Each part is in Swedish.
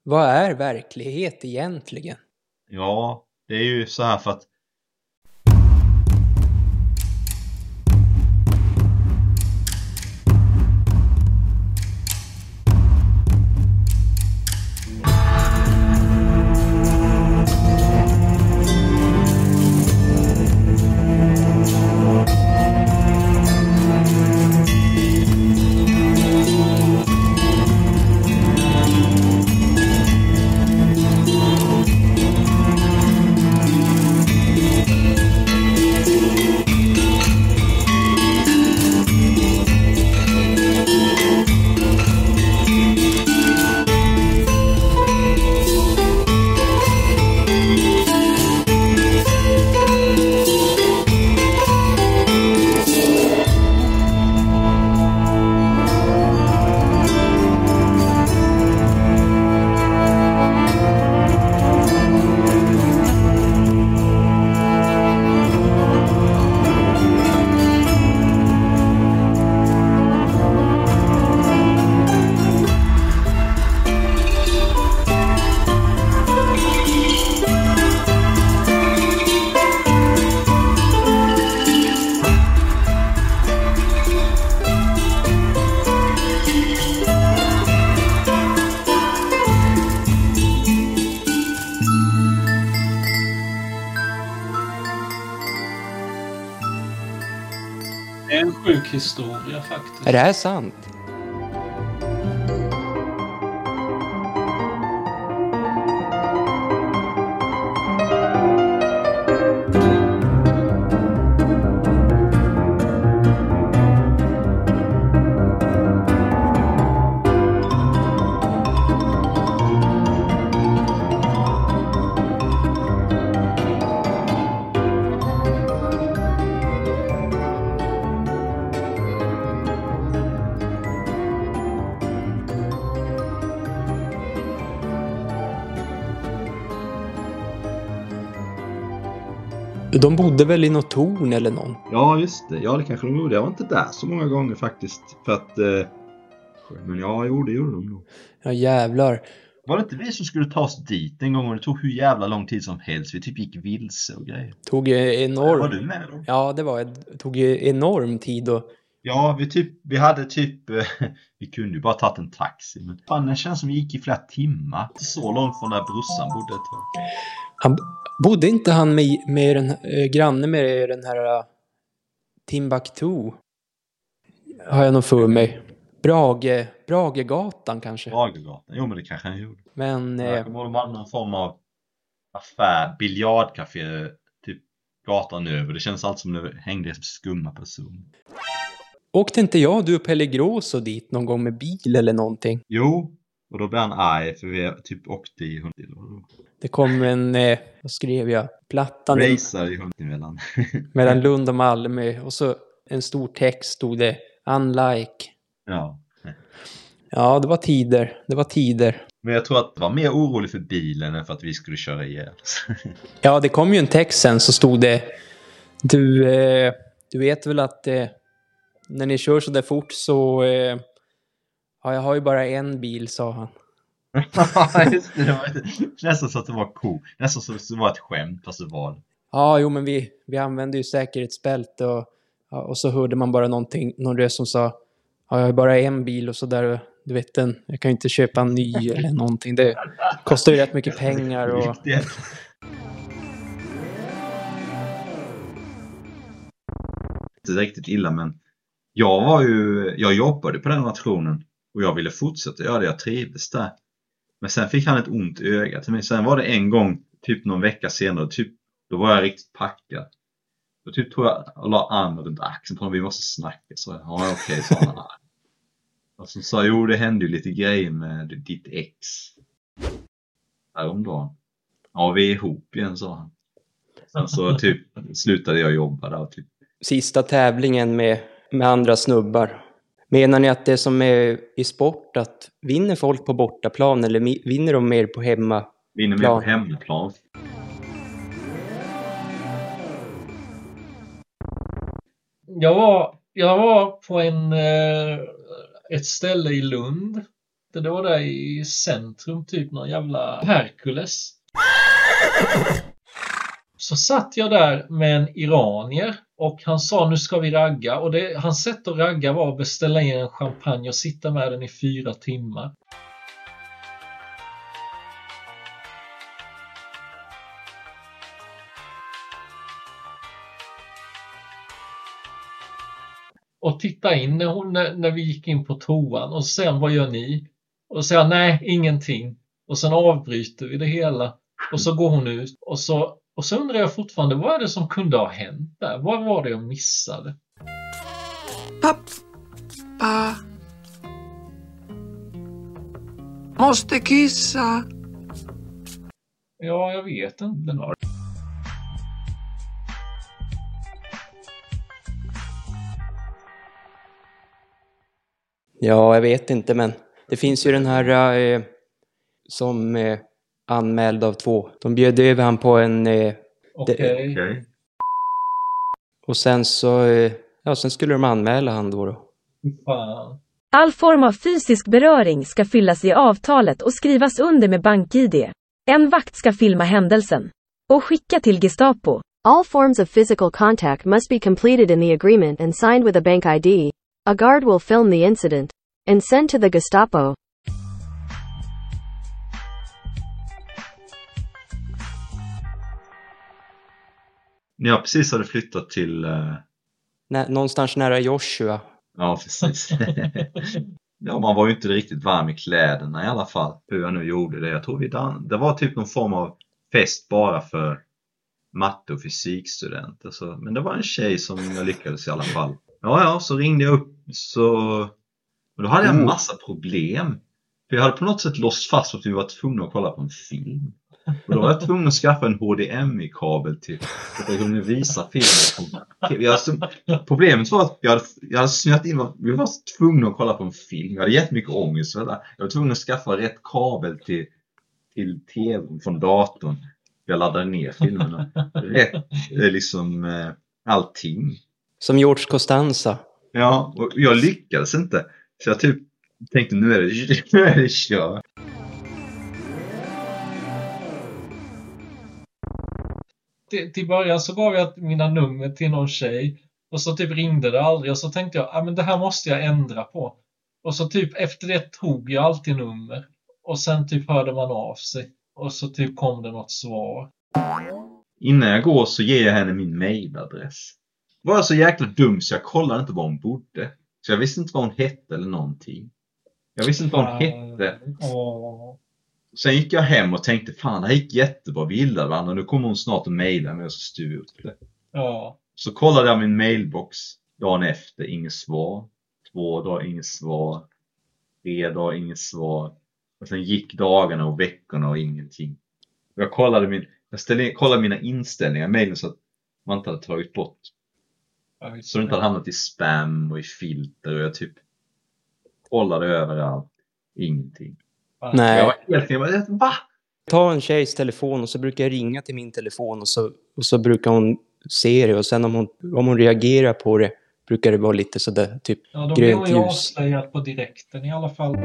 Vad är verklighet egentligen? Ja, det är ju så här för att Det är en sjuk historia faktiskt. Är det här sant? De bodde väl i något torn eller någon? ja, just det. Ja, det kanske de gjorde. Jag var inte där så många gånger faktiskt. För att... Men ja, jo, det gjorde de nog. Ja, jävlar. Var det inte vi som skulle ta oss dit en gång och det tog hur jävla lång tid som helst? Vi typ gick vilse och grejer. Tog ju enorm... Var du med då? Ja, tog ju enorm tid och... Ja, vi hade typ... vi kunde ju bara tagit en taxi. Men fan, det känns som vi gick i flera timmar. Så långt från där brorsan bodde ett tag. Bodde inte han med den granne med den här Timbuktu? Har jag nog för mig. Bragegatan kanske. Bragegatan, jo men det kanske han gjorde. Men... Jag kommer ihåg de hade någon form av affär, biljardcafé, typ gatan över. Det känns alltid som det hängde som skumma personer. Åkte inte du och Pelle Gråso dit någon gång med bil eller någonting? Jo, och då blev han arg för vi typ åkte i Hundivallen. Det kom en, vad skrev jag? Plattan Racer i Hundivallen. mellan Lund och Malmö. Och så en stor text stod det, unlike. Ja. Ja, det var tider. Men jag tror att det var mer orolig för bilen än för att vi skulle köra ihjäl. Ja, det kom ju en text sen så stod det, du vet väl att när ni kör så där fort så, ja, jag har ju bara en bil, sa han. Just det, var nästan så att det var cool. Nästan så att det var ett skämt, fast det var det. Ja, jo, men vi använde ju säkerhetsbälte och så hörde man bara någon röst som sa, ja, jag har bara en bil och så där, du vet jag kan ju inte köpa en ny eller någonting. Det kostar ju rätt mycket pengar och... Inte riktigt illa, men jag jobbade på den nationen och jag ville fortsätta göra det, jag trivdes där. Men sen fick han ett ont öga till mig. Sen var det en gång, typ någon vecka senare, då var jag riktigt packad. Då typ tror jag la armen runt axeln på honom, vi måste snacka. Så ja, okej, sa han. Och så sa jo, det hände ju lite grejer med ditt ex häromdagen. Ja, vi är ihop igen, sa han. Sen så typ slutade jag jobba där. Typ. Sista tävlingen med andra snubbar. Menar ni att det som är i sport, att vinner folk på bortaplan eller vinner de mer på hemmaplan? Vinner mer på hemmaplan. Jag var på ett ställe i Lund Det var där i centrum, typ någon jävla Herkules. Så satt jag där med en iranier och han sa nu ska vi ragga. Och hans sätt att ragga var att beställa in en champagne och sitta med den i 4 timmar. Och titta in när vi gick in på toan och sen vad gör ni? Och så säger nej, ingenting. Och sen avbryter vi det hela. Och så går hon ut. Och så undrar jag fortfarande, vad är det som kunde ha hänt där? Vad var det jag missade? Pappa. Måste kissa. Ja, jag vet inte. Ja, jag vet inte, men det finns ju den här som anmälde av 2. De bjöd över han på en... Okej. Och sen så... sen skulle de anmäla han då. Fan. All form av fysisk beröring ska fyllas i avtalet och skrivas under med BankID. En vakt ska filma händelsen och skicka till Gestapo. All forms of physical contact must be completed in the agreement and signed with a bank ID. A guard will film the incident and send to the Gestapo. Ni har precis hade flyttat till... Någonstans nära Joshua. Ja, precis. Ja, man var ju inte riktigt varm i kläderna i alla fall. Hur jag nu gjorde det. Jag tror det var typ någon form av fest bara för matte- och fysikstudenter. Så, men det var en tjej som jag lyckades i alla fall. Ja, så ringde jag upp och då hade jag en massa problem. För jag hade på något sätt låst fast att vi var tvungna att kolla på en film. Och då var jag tvungen att skaffa en HDMI-kabel till så att jag kunde visa filmen. Problemet var att jag hade snöat in. Vi var tvungna att kolla på en film. Jag hade jättemycket ångest. Jag var tvungen att skaffa rätt kabel till tvn från datorn. Jag laddade ner filmerna. Rätt allting. Som George Costanza. Ja, och jag lyckades inte. Så jag typ tänkte nu är det kört. Till början så gav jag mina nummer till någon tjej. Och så typ ringde det aldrig. Och så tänkte jag, men det här måste jag ändra på. Och så typ efter det tog jag alltid nummer. Och sen typ hörde man av sig. Och så typ kom det något svar. Innan jag går så ger jag henne min mailadress. Var jag så jäkla dum så jag kollade inte var hon bodde. Så jag visste inte vad hon hette eller någonting. Jag visste inte vad hon hette. Sen gick jag hem och tänkte, fan det här gick jättebra, vi gillade varandra. Nu kommer hon snart att mejla mig och så styr ut det. Ja. Så kollade jag min mailbox dagen efter, inget svar. 2 dagar, inget svar. 3 dagar, inget svar. Och sen gick dagarna och veckorna och ingenting. Jag kollade mina inställningar i mailen så att man inte hade tagit bort. Så det inte hade hamnat i spam och i filter. Och jag typ kollade överallt. Ingenting. Nej. Jag var helt va? Ta en tjejs telefon och så brukar jag ringa till min telefon och så brukar hon se det. Och sen om hon reagerar på det brukar det vara lite sådär typ ja, då grönt blir hon ju ljus. avslöjad på direkten i alla fall.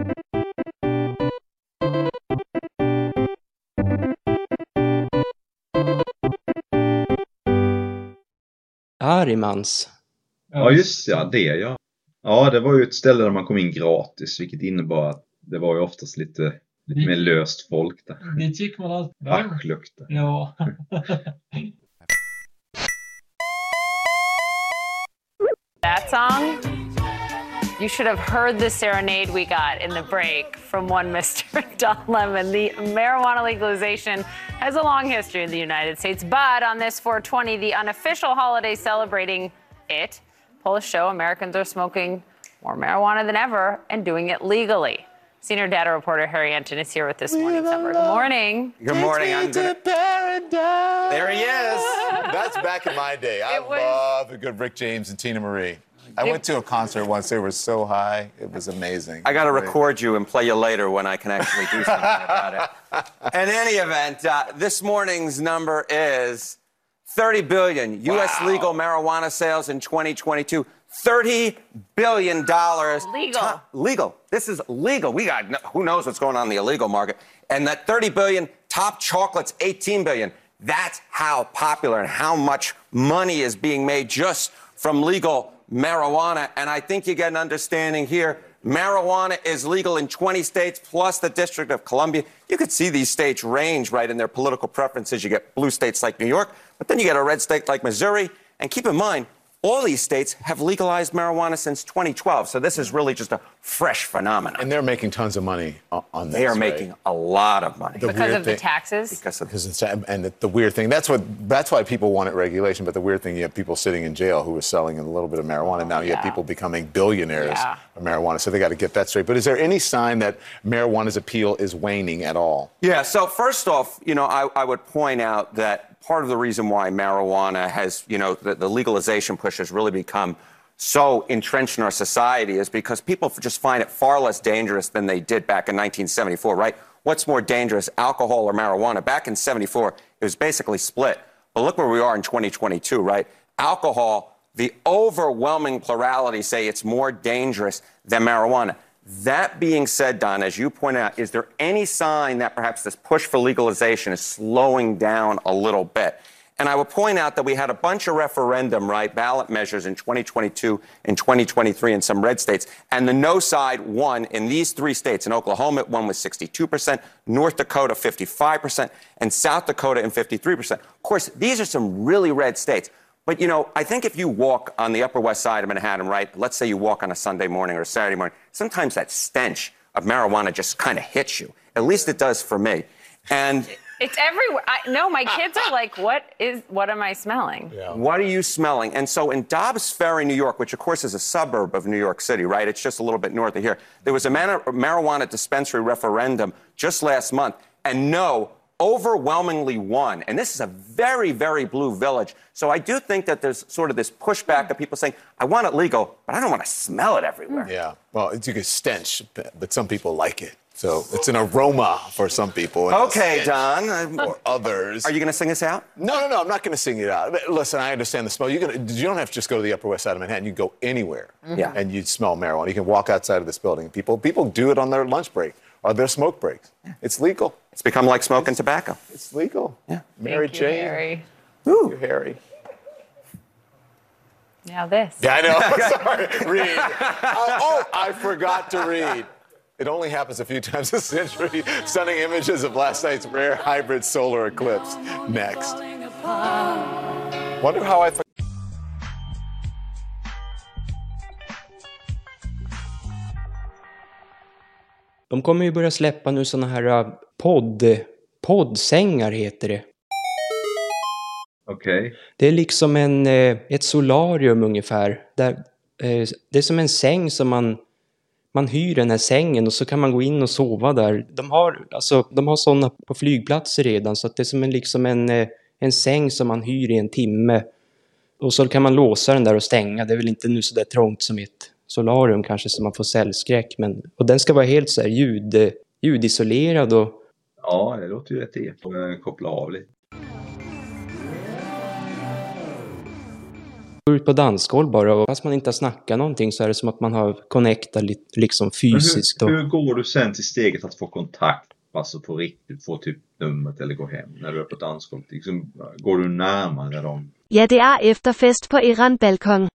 Arimans. Ja just det, ja. Ja, det var ju ett ställe där man kom in gratis, vilket innebar att det var ju oftast lite mer löst folk där. Dit gick man alltid. Aschlukter. Ja. That song, you should have heard the serenade we got in the break from one Mr. Don Lemon. The marijuana legalization has a long history in the United States, but on this 420, the unofficial holiday celebrating it, polls show Americans are smoking more marijuana than ever and doing it legally. Senior data reporter Harry Anton is here with this morning's number. Good morning. Good morning. I'm good. There he is. That's back in my day. I love a good Rick James and Tina Marie. I went to a concert once. They were so high. It was amazing. I got to record you and play you later when I can actually do something about it. In any event, this morning's number is 30 billion. U.S. legal marijuana sales in 2022. $30 billion. Legal. Legal. This is legal. We got, who knows what's going on in the illegal market. And that $30 billion, top chocolate's $18 billion. That's how popular and how much money is being made just from legal marijuana. And I think you get an understanding here. Marijuana is legal in 20 states plus the District of Columbia. You could see these states range, right, in their political preferences. You get blue states like New York, but then you get a red state like Missouri. And keep in mind, all these states have legalized marijuana since 2012. So this is really just a fresh phenomenon. And they're making tons of money on this. They are making a lot of money. Because of the taxes? And the weird thing, that's why people wanted regulation. But the weird thing, you have people sitting in jail who were selling a little bit of marijuana. Now you have people becoming billionaires of marijuana. So they got to get that straight. But is there any sign that marijuana's appeal is waning at all? Yeah, so first off, I would point out that part of the reason why marijuana has, the legalization push has really become so entrenched in our society is because people just find it far less dangerous than they did back in 1974, right? What's more dangerous, alcohol or marijuana? Back in 74, it was basically split. But look where we are in 2022, right? Alcohol, the overwhelming plurality say it's more dangerous than marijuana. That being said, Don, as you point out, is there any sign that perhaps this push for legalization is slowing down a little bit? And I would point out that we had a bunch of referendum, right, ballot measures in 2022 and 2023 in some red states. And the no side won in these 3 states. In Oklahoma, it won with 62%, North Dakota, 55%, and South Dakota in 53%. Of course, these are some really red states. But, I think if you walk on the Upper West Side of Manhattan, right, let's say you walk on a Sunday morning or a Saturday morning, sometimes that stench of marijuana just kind of hits you. At least it does for me. And it's everywhere. No, my kids are like, what am I smelling? Yeah. What are you smelling? And so in Dobbs Ferry, New York, which of course is a suburb of New York City, right? It's just a little bit north of here. There was a marijuana dispensary referendum just last month, and no overwhelmingly won. And this is a very, very blue village. So I do think that there's sort of this pushback of people saying, I want it legal, but I don't want to smell it everywhere. Yeah, well, it's a stench, but some people like it. So it's an aroma for some people. Okay, Don. Or others. Are you going to sing us out? No, I'm not going to sing it out. Listen, I understand the smell. You don't have to just go to the Upper West Side of Manhattan. You can go anywhere, and you smell marijuana. You can walk outside of this building. People do it on their lunch break or their smoke breaks. It's legal. It's become like smoking tobacco. It's legal. Yeah. Mary Thank you, Jane. Harry. Ooh. Thank you, Harry. Now this. Yeah, I know. Sorry. Read. I forgot to read. It only happens a few times a century. Stunning images of last night's rare hybrid solar eclipse. Next. Wonder how I... De kommer ju börja släppa nu såna här poddsängar heter det. Okej. Det är liksom ett solarium ungefär. Det är som en säng som man hyr den här sängen och så kan man gå in och sova där. De har sådana på flygplatser redan, så att det är som en säng som man hyr i en timme. Och så kan man låsa den där och stänga. Det är väl inte nu så där trångt som ett solarium kanske, så man får cellskräck. Och den ska vara helt så här ljudisolerad. Ja, det låter ju rätt eko. Koppla av lite. Går ut på dansgolv bara, och fast man inte har snackat någonting så är det som att man har connectat liksom fysiskt. Hur går du sen till steget att få kontakt? Alltså på riktigt, få typ numret eller gå hem när du är på dansgolv? Liksom, går du närmare dem? Ja, det är efterfest på eran balkong.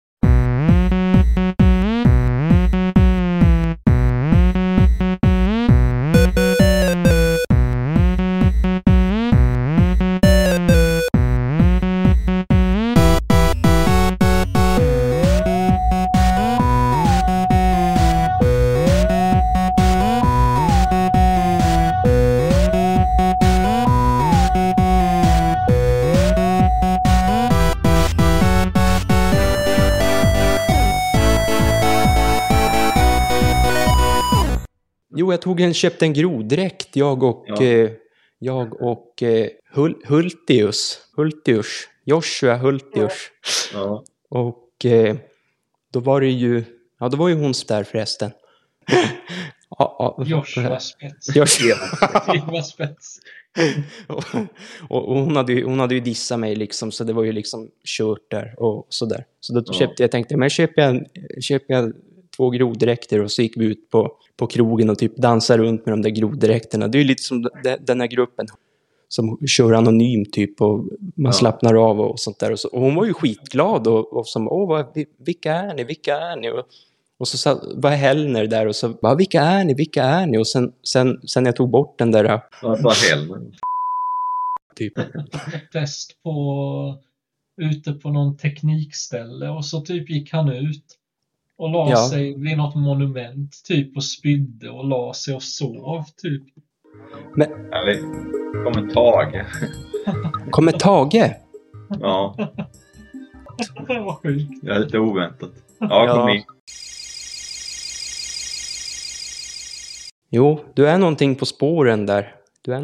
Jo, köpte en groddräkt, jag och Joshua Hultius. Ja. Och då var det ju hon där förresten. Joshua Spets. Joshua Spets. och hon hade ju dissat mig liksom, så det var ju liksom kört där och sådär. Så då tänkte jag, men köper jag 2 groddräkter, och så gick vi ut på krogen och typ dansar runt med de där groddräkterna. Det är ju lite som den här gruppen som kör anonymt typ, och man slappnar av och sånt där. Och hon var ju skitglad och som, vilka är ni? Och så var Hellner där och så bara, vilka är ni? Och sen jag tog bort den där... Vad Hellner? Typ. Fest ute på någon teknikställe, och så typ gick han ut och la sig vid något monument typ och spydde och la sig och sov typ. Men... Kommer Tage? Ja. Det var sjukt. Det är lite oväntat. Ja, kom in. Jo, du är någonting på spåren där.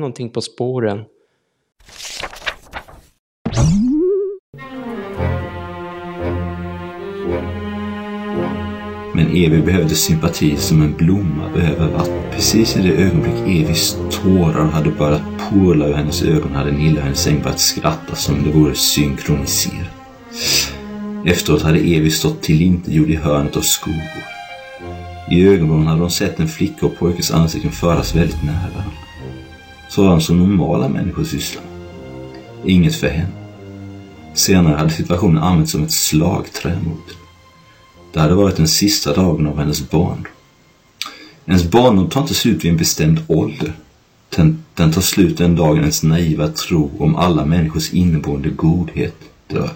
Men Evi behövde sympati som en blomma behöver vatten. Precis i det ögonblick Evis tårar hade börjat porla ur hennes ögon hade Nilla hennes säng börjat skratta som det vore synkroniserat. Efteråt hade Evi stått tillintetgjord i hörnet av skolgården. I ögonblicken hade de sett en flicka och pojkes ansikten föras väldigt nära varandra. Sådant som normala människor sysslar med. Inget för henne. Senare hade situationen använts som ett slagträ mot henne. Det hade varit den sista dagen av hennes barndom. Ens barndom tar inte slut vid en bestämd ålder. Den tar slut den dagen ens naiva tro om alla människors inneboende godhet dör.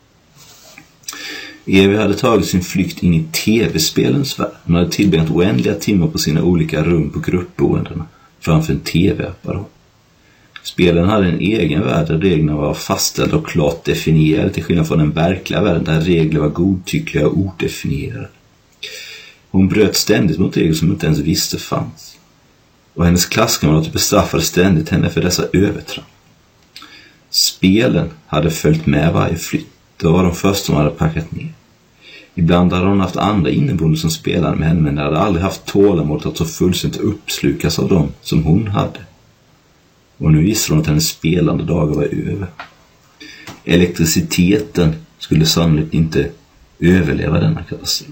Evi hade tagit sin flykt in i tv-spelens värld. Hon hade tillbringat oändliga timmar på sina olika rum på gruppboendena framför en tv-apparat. Spelen hade en egen värld där reglerna var fastställda och klart definierade, till skillnad från den verkliga världen där regler var godtyckliga och odefinierade. Hon bröt ständigt mot regler som inte ens visste fanns. Och hennes klasskamrater bestraffade ständigt henne för dessa övertramp. Spelen hade följt med varje flytt. Det var de första som hade packat ner. Ibland hade hon haft andra inneboende som spelade med henne, men de hade aldrig haft tålamod att så fullständigt uppslukas av dem som hon hade. Och nu visste hon att hennes spelande dagar var över. Elektriciteten skulle sannolikt inte överleva denna katastrof.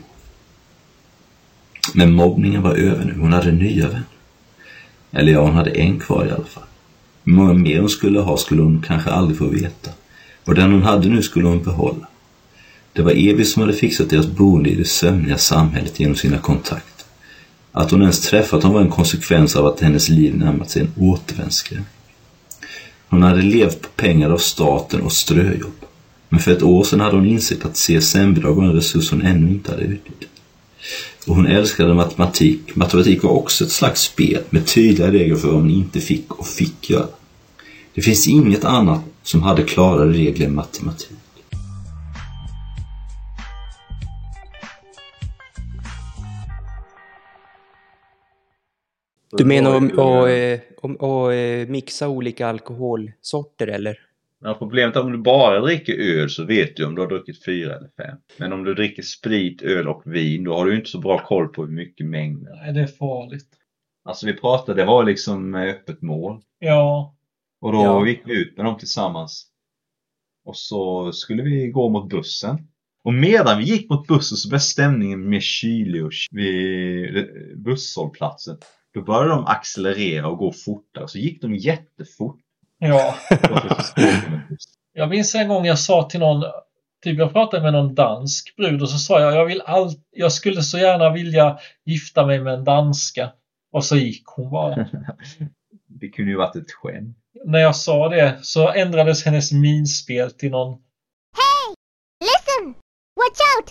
Men mobbningen var över nu. Hon hade nya vänner. Eller ja, hon hade en kvar i alla fall. Hur många mer hon skulle ha skulle hon kanske aldrig få veta. Och den hon hade nu skulle hon behålla. Det var Evi som hade fixat deras boende i det sömniga samhället genom sina kontakter. Att hon ens träffat dem var en konsekvens av att hennes liv närmat sig en återvändsgränd. Hon hade levt på pengar av staten och ströjobb. Men för ett år sedan hade hon insett att CSN-bidrag var en resurs hon ännu inte hade utnyttjat. Och hon älskade matematik. Matematik var också ett slags spel med tydliga regler för vad man inte fick och fick göra. Det finns inget annat som hade klarare regler än matematik. Du menar att mixa olika alkoholsorter eller? Ja, problemet är om du bara dricker öl så vet du om du har druckit 4 eller 5. Men om du dricker sprit, öl och vin, då har du inte så bra koll på hur mycket mängder. Nej, det är farligt. Alltså vi pratade, det var liksom öppet mål. Ja. Och då gick vi ut med dem tillsammans. Och så skulle vi gå mot bussen. Och medan vi gick mot bussen så blev stämningen mer kylig och vid busshållplatsen. Då började de accelerera och gå fortare. Så gick de jättefort. Ja. Jag minns en gång jag sa till någon, typ jag pratade med någon dansk brud och så sa jag skulle så gärna vilja gifta mig med en danska. Och så gick hon bara. Det kunde ju varit ett skämt. När jag sa det så ändrades hennes minspel till någon. Hey! Listen! Watch out!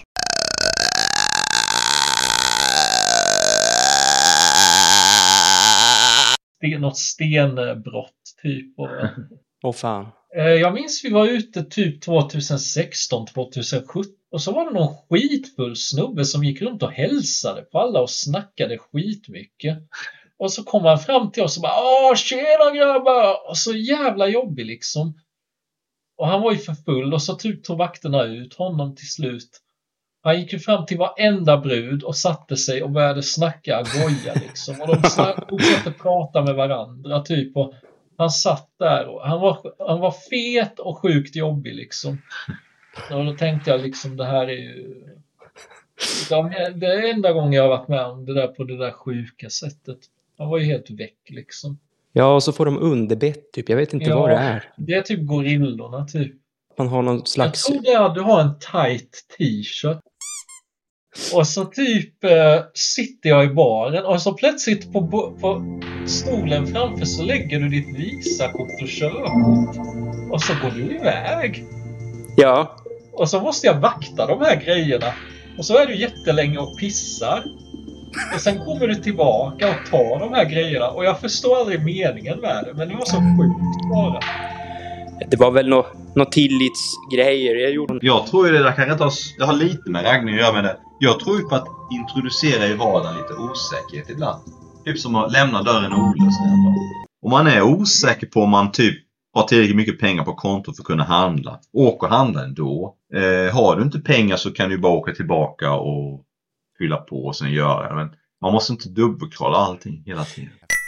Något stenbrott typ. Åh fan. Jag minns vi var ute typ 2016, 2017 och så var det någon skitfull snubbe som gick runt och hälsade på alla och snackade skitmycket. Och så kom han fram till oss och bara tjena grabbar! Och så jävla jobbig liksom. Och han var ju för full och så typ tog vakterna ut honom till slut. Han gick ju fram till varenda brud och satte sig och började snacka goja liksom. Och de fortsatte prata med varandra typ. Och han satt där och han var fet och sjukt jobbig liksom. Och då tänkte jag liksom, det här är ju... Det är enda gången jag har varit med om det där på det där sjuka sättet. Han var ju helt väck liksom. Ja, och så får de underbett typ. Jag vet inte vad det är. Det är typ gorillorna typ. Man har någon slags... Jag tror det är att du har en tight t-shirt. Och så typ sitter jag i baren och så plötsligt på stolen framför så lägger du ditt visakort och körkort. Och så går du iväg. Ja. Och så måste jag vakta de här grejerna. Och så är du jättelänge och pissar. Och sen kommer du tillbaka och tar de här grejerna. Och jag förstår aldrig meningen med det. Men det var så sjukt bara. Det var väl några tillitsgrejer jag gjorde. Jag tror ju det där kanske det har lite med raggning att göra med det. Jag tror ju på att introducera i vardagen lite osäkerhet ibland. Typ som att lämna dörren olöst en dag. Om man är osäker på om man typ har tillräckligt mycket pengar på konto för att kunna handla. Åk och handla ändå. Har du inte pengar så kan du bara åka tillbaka och fylla på och sen göra det. Men man måste inte dubbelkolla allting hela tiden.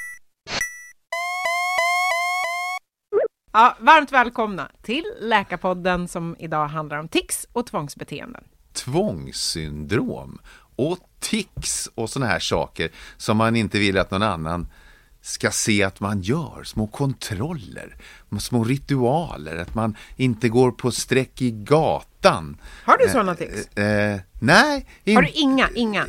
Ja, varmt välkomna till Läkarpodden som idag handlar om tics och tvångsbeteenden. Tvångssyndrom och tics och såna här saker som man inte vill att någon annan ska se att man gör. Små kontroller, små ritualer, att man inte går på sträck i gatan. Har du såna tics? Nej. Har du inga?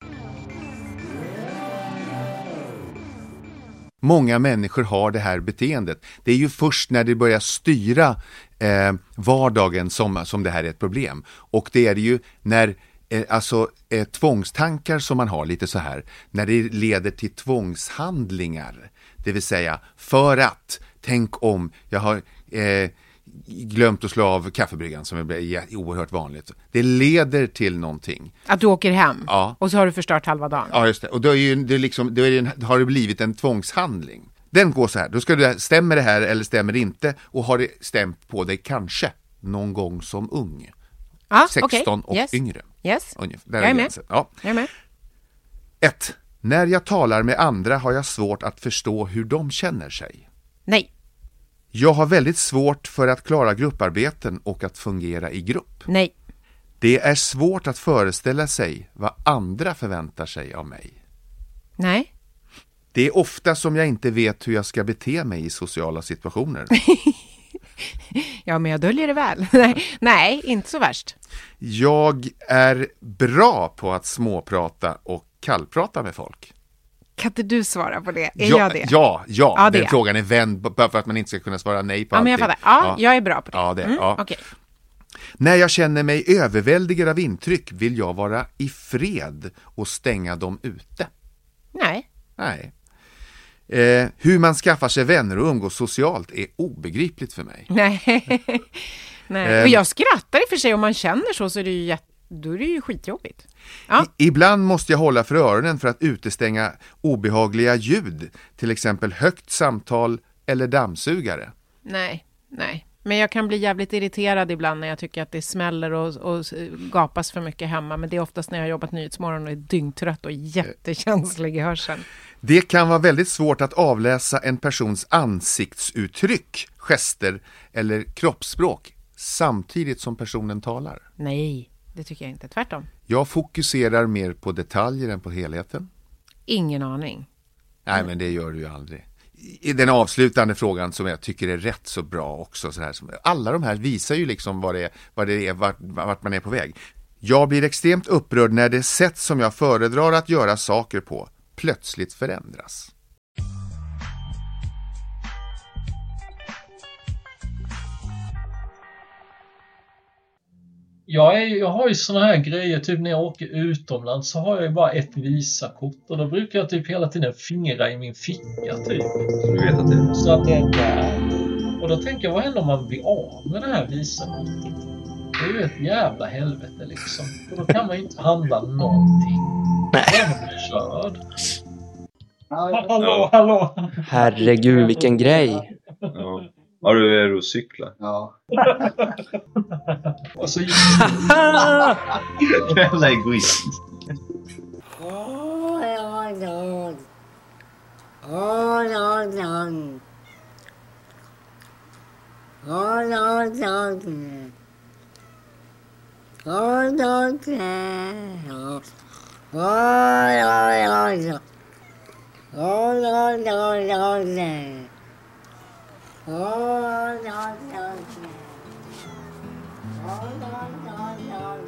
Många människor har det här beteendet. Det är ju först när det börjar styra vardagen som det här är ett problem. Och det är det ju när tvångstankar som man har lite så här, när det leder till tvångshandlingar. Det vill säga, för att, tänk om jag har glömt att slå av kaffebryggan som är oerhört vanligt. Det leder till någonting. Att du åker hem, ja. Och så har du förstört halva dagen. Ja, just det. Och då har det blivit en tvångshandling. Den går så här, då ska du, stämmer det här eller stämmer det inte? Och har det stämt på dig kanske någon gång som ung. 16 och yngre. Yes. Ungefär. Jag är med. Ja. Jag är med. 1. När jag talar med andra har jag svårt att förstå hur de känner sig. Nej. Jag har väldigt svårt för att klara grupparbeten och att fungera i grupp. Nej. Det är svårt att föreställa sig vad andra förväntar sig av mig. Nej. Det är ofta som jag inte vet hur jag ska bete mig i sociala situationer. Ja, men jag döljer det väl. Nej, inte så värst. Jag är bra på att småprata och kallprata med folk. Kan inte du svara på det? Jag det? Ja, den frågan är vänd bara för att man inte ska kunna svara nej på allting. Men jag fattar. Ja, jag är bra på det. Ja, det. Ja. Okay. När jag känner mig överväldigad av intryck vill jag vara i fred och stänga dem ute. Nej. Hur man skaffar sig vänner och umgås socialt är obegripligt för mig. Nej. Och jag skrattar i och för sig, om man känner så är det ju då är det ju skitjobbigt. Ja. Ibland måste jag hålla för öronen för att utestänga obehagliga ljud, till exempel högt samtal eller dammsugare. Nej. Men jag kan bli jävligt irriterad ibland när jag tycker att det smäller och gapas för mycket hemma. Men det är oftast när jag har jobbat Nyhetsmorgon och är dyngtrött och jättekänslig i hörseln. Det kan vara väldigt svårt att avläsa en persons ansiktsuttryck, gester eller kroppsspråk samtidigt som personen talar. Nej, det tycker jag inte. Tvärtom. Jag fokuserar mer på detaljer än på helheten. Ingen aning. Nej, men det gör du ju aldrig. I den avslutande frågan som jag tycker är rätt så bra också. Så här, alla de här visar ju liksom vart man är på väg. Jag blir extremt upprörd när det sätt som jag föredrar att göra saker på plötsligt förändras. Jag har ju såna här grejer, typ när jag åker utomlands så har jag ju bara ett visakort och då brukar jag typ hela tiden fingra i min ficka typ. Så du vet att det är. Så att det är där. Och då tänker jag, vad händer om man blir av med det här visakortet? Det är ju ett jävla helvete liksom. Och då kan man ju inte handla någonting. Nej. Man blir körd. Hallå. Herregud, vilken grej. Ja. Har du cykla? Ja. Och så gick Jävla egoistiskt. Oh,